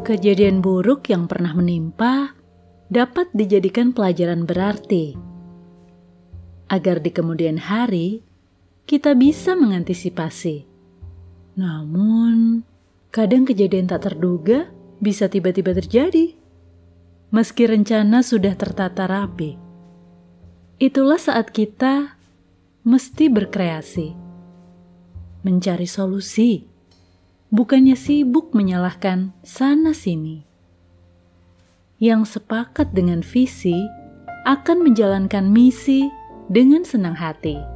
Kejadian buruk yang pernah menimpa dapat dijadikan pelajaran berarti, agar di kemudian hari kita bisa mengantisipasi. Namun, kadang kejadian tak terduga bisa tiba-tiba terjadi, meski rencana sudah tertata rapi. Itulah saat kita mesti berkreasi, mencari solusi, bukannya sibuk menyalahkan sana-sini. Yang sepakat dengan visi akan menjalankan misi dengan senang hati.